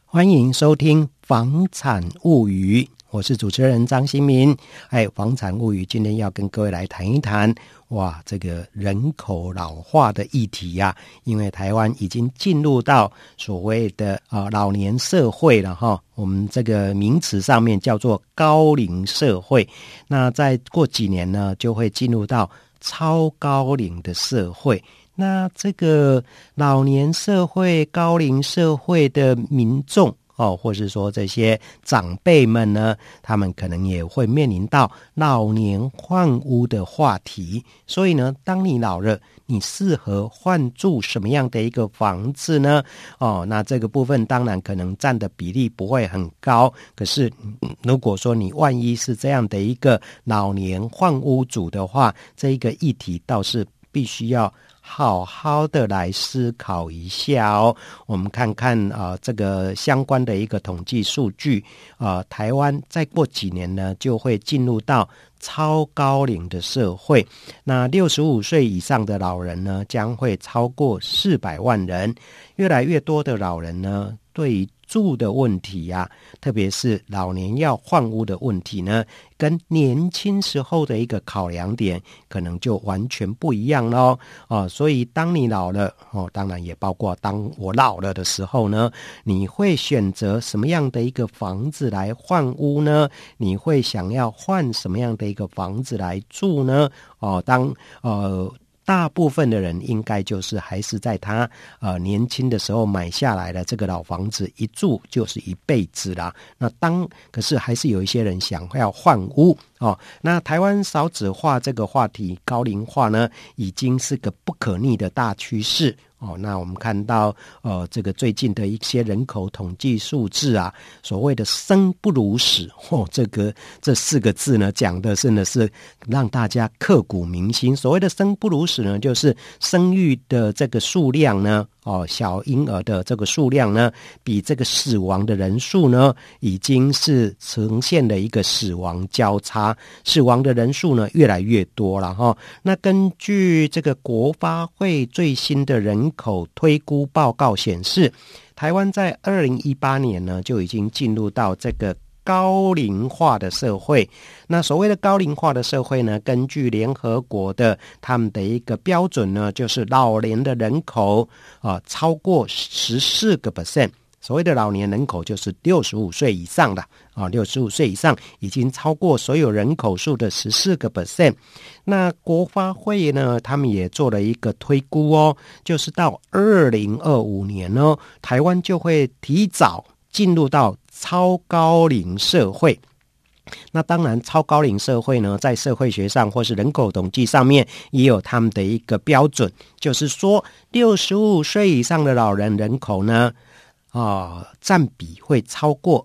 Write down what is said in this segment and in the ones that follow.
欢迎收听房产物语，我是主持人张新民。房产物语今天要跟各位来谈一谈这个人口老化的议题呀。因为台湾已经进入到所谓的老年社会了哈，我们这个名词上面叫做高龄社会。那再过几年呢，就会进入到超高龄的社会。那这个老年社会、高龄社会的民众或是说这些长辈们呢，他们可能也会面临到老年换屋的话题。所以呢，当你老了，你适合换住什么样的一个房子呢？那这个部分当然可能占的比例不会很高，可是如果说你万一是这样的一个老年换屋主的话，这一个议题倒是必须要好好的来思考一下哦。我们看看这个相关的一个统计数据，台湾再过几年呢，就会进入到超高龄的社会。那65岁以上的老人呢，将会超过400万人。越来越多的老人呢，对于住的问题特别是老年要换屋的问题呢，跟年轻时候的一个考量点可能就完全不一样咯。所以当你老了当然也包括当我老了的时候呢，你会选择什么样的一个房子来换屋呢？你会想要换什么样的一个房子来住呢？大部分的人应该就是还是在他年轻的时候买下来的这个老房子，一住就是一辈子啦。可是还是有一些人想要换屋那台湾少子化这个话题，高龄化呢，已经是个不可逆的大趋势。那我们看到这个最近的一些人口统计数字所谓的生不如死这4个字呢，讲的真的是让大家刻骨铭心。所谓的生不如死呢，就是生育的这个数量呢小婴儿的这个数量呢，比这个死亡的人数呢，已经是呈现了一个死亡交叉，死亡的人数呢越来越多了那根据这个国发会最新的人口推估报告显示，台湾在2018年呢就已经进入到这个高龄化的社会。那所谓的高龄化的社会呢，根据联合国的他们的一个标准呢，就是老年的人口超过14%。所谓的老年人口就是65岁以上的65岁以上已经超过所有人口数的14%。那国发会呢，他们也做了一个推估就是到2025年呢，台湾就会提早进入到超高龄社会。那当然超高龄社会呢，在社会学上或是人口统计上面也有他们的一个标准，就是说65岁以上的老人人口呢占比会超过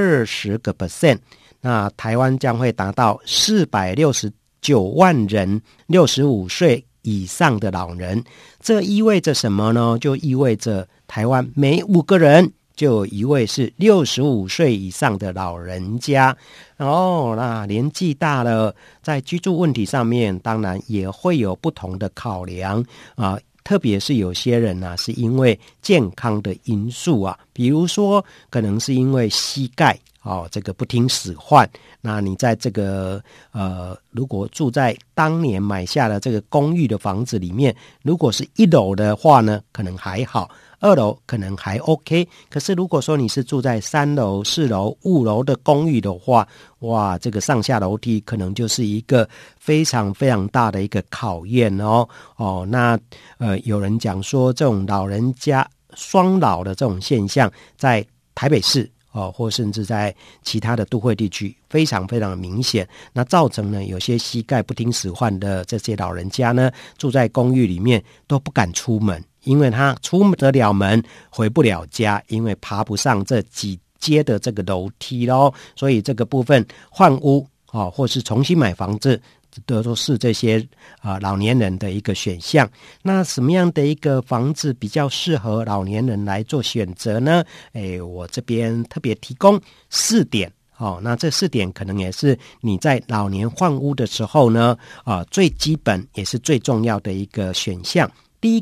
20%。那台湾将会达到469万人65岁以上的老人。这意味着什么呢？就意味着台湾每5个人就有1位是65岁以上的老人家那年纪大了，在居住问题上面当然也会有不同的考量特别是有些人是因为健康的因素比如说可能是因为膝盖这个不听使唤。那你在这个如果住在当年买下的这个公寓的房子里面，如果是1楼的话呢，可能还好，2楼可能还 OK。可是如果说你是住在3楼、4楼、5楼的公寓的话，这个上下楼梯可能就是一个非常非常大的一个考验那有人讲说，这种老人家双老的这种现象，在台北市或甚至在其他的都会地区非常非常的明显。那造成呢，有些膝盖不听使唤的这些老人家呢，住在公寓里面都不敢出门，因为他出得了门回不了家，因为爬不上这几阶的这个楼梯咯。所以这个部分换屋或是重新买房子都是这些老年人的一个选项。那什么样的一个房子比较适合老年人来做选择呢？我这边特别提供4点那这4点可能也是你在老年换屋的时候呢最基本也是最重要的一个选项。第一个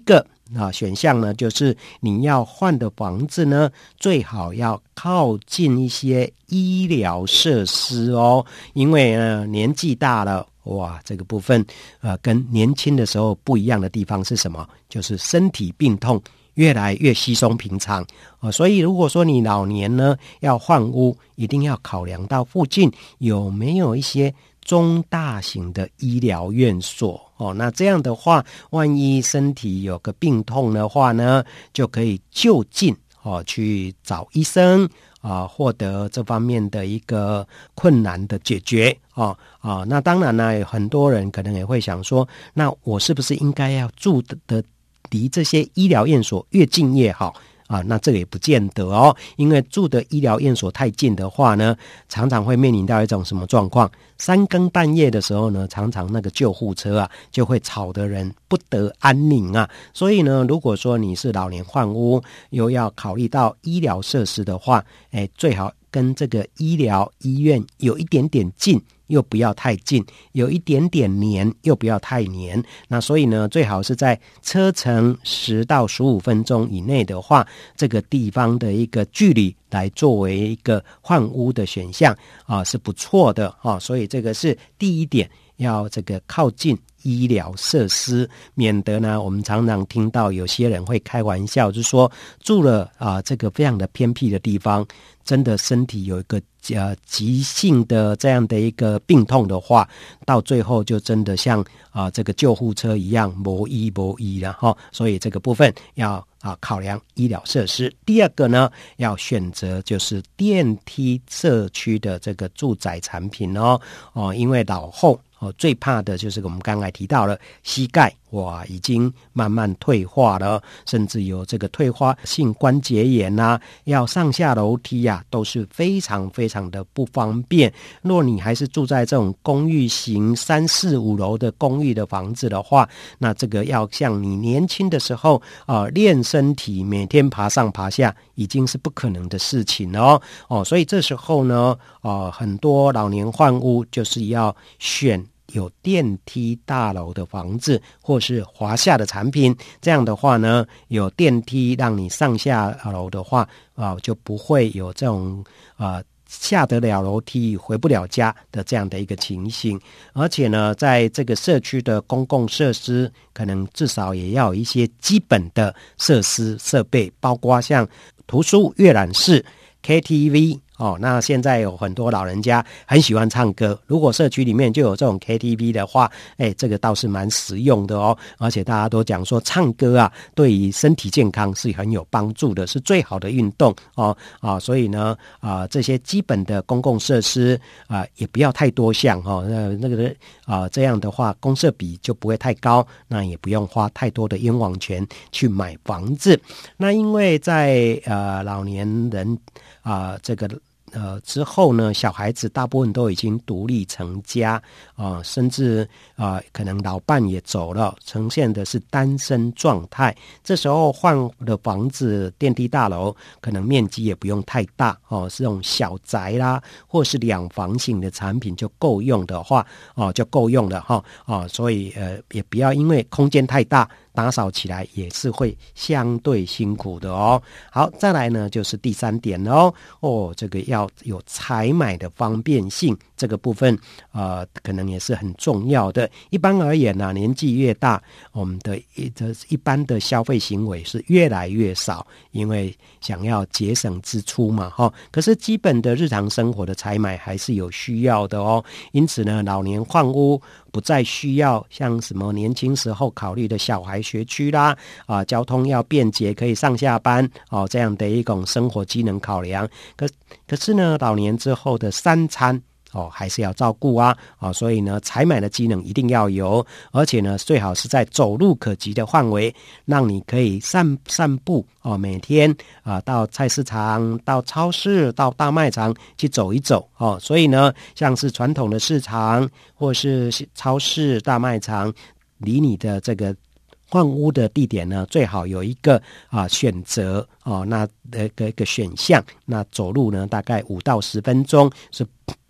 选项呢，就是你要换的房子呢，最好要靠近一些医疗设施哦，因为年纪大了，哇，这个部分跟年轻的时候不一样的地方是什么？就是身体病痛越来越稀松平常所以如果说你老年呢要换屋，一定要考量到附近有没有一些中大型的医疗院所那这样的话，万一身体有个病痛的话呢，就可以就近去找医生获得这方面的一个困难的解决那当然呢，很多人可能也会想说，那我是不是应该要住的离这些医疗院所越近越好那这个也不见得因为住的医疗院所太近的话呢，常常会面临到一种什么状况？3更半夜的时候呢，常常那个救护车就会吵得人不得安宁所以呢，如果说你是老年换屋，又要考虑到医疗设施的话，最好跟这个医院有一点点近，又不要太近，有一点点黏，又不要太黏。那所以呢，最好是在车程10到15分钟以内的话，这个地方的一个距离来作为一个换屋的选项是不错的所以这个是第一点，要这个靠近医疗设施，免得呢我们常常听到有些人会开玩笑，就是说住了这个非常的偏僻的地方，真的身体有一个急性的这样的一个病痛的话，到最后就真的像这个救护车一样没医了所以这个部分要考量医疗设施。第二个呢，要选择就是电梯社区的这个住宅产品因为老后最怕的就是我们刚才提到了膝盖已经慢慢退化了，甚至有这个退化性关节炎要上下楼梯都是非常非常的不方便。若你还是住在这种公寓型3、4、5楼的公寓的房子的话，那这个要像你年轻的时候练身体，每天爬上爬下，已经是不可能的事情所以这时候呢很多老年换屋就是要选有电梯大楼的房子，或是华夏的产品，这样的话呢，有电梯让你上下楼的话就不会有这种下得了楼梯回不了家的这样的一个情形。而且呢，在这个社区的公共设施，可能至少也要有一些基本的设施设备，包括像图书阅览室、KTV那现在有很多老人家很喜欢唱歌，如果社区里面就有这种 KTV 的话，这个倒是蛮实用的而且大家都讲说唱歌对于身体健康是很有帮助的，是最好的运动所以呢这些基本的公共设施也不要太多项那个这样的话公设比就不会太高，那也不用花太多的冤枉钱去买房子。那因为在老年人这个之后呢，小孩子大部分都已经独立成家甚至可能老伴也走了，呈现的是单身状态。这时候换的房子电梯大楼可能面积也不用太大是这种小宅啦，或是2房型的产品就够用的话就够用了所以也不要因为空间太大，打扫起来也是会相对辛苦的好，再来呢就是第3点这个要有采买的方便性，这个部分可能也是很重要的。一般而言年纪越大，我们的一般的消费行为是越来越少，因为想要节省支出嘛可是基本的日常生活的采买还是有需要的因此呢，老年换屋不再需要像什么年轻时候考虑的小孩学区啦交通要便捷，可以上下班这样的一种生活机能考量。可是呢，老年之后的3餐还是要照顾所以呢，采买的机能一定要有，而且呢，最好是在走路可及的范围，让你可以散步每天到菜市场、到超市、到大卖场去走一走所以呢，像是传统的市场或是超市、大卖场，离你的这个换屋的地点呢，最好有一个选择那一个选项，那走路呢大概5到10分钟是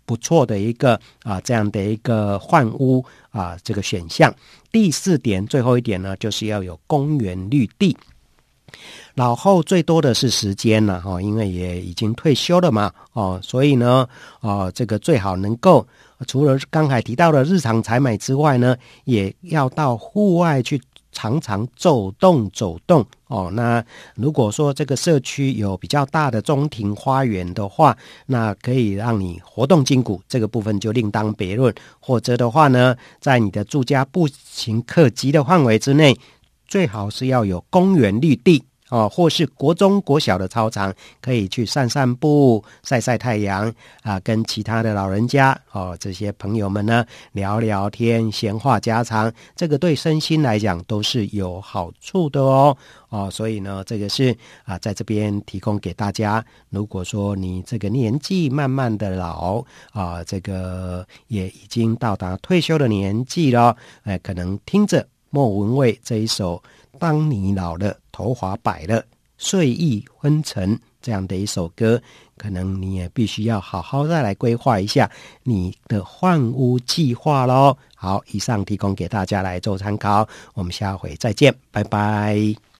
不错的一个这样的一个换屋这个选项。第4点，最后一点呢，就是要有公园绿地。老后最多的是时间了因为也已经退休了嘛所以呢这个最好能够除了刚才提到的日常采买之外呢，也要到户外去常常走动那如果说这个社区有比较大的中庭花园的话，那可以让你活动筋骨，这个部分就另当别论。或者的话呢，在你的住家步行可及的范围之内，最好是要有公园绿地或是国中国小的操场，可以去散散步晒晒太阳跟其他的老人家这些朋友们呢聊聊天闲话家常，这个对身心来讲都是有好处的所以呢这个是在这边提供给大家。如果说你这个年纪慢慢的老这个也已经到达退休的年纪了可能听着莫文蔚这一首当你老了头发白了睡意昏沉这样的一首歌，可能你也必须要好好再来规划一下你的换屋计划咯。好，以上提供给大家来做参考，我们下回再见，拜拜。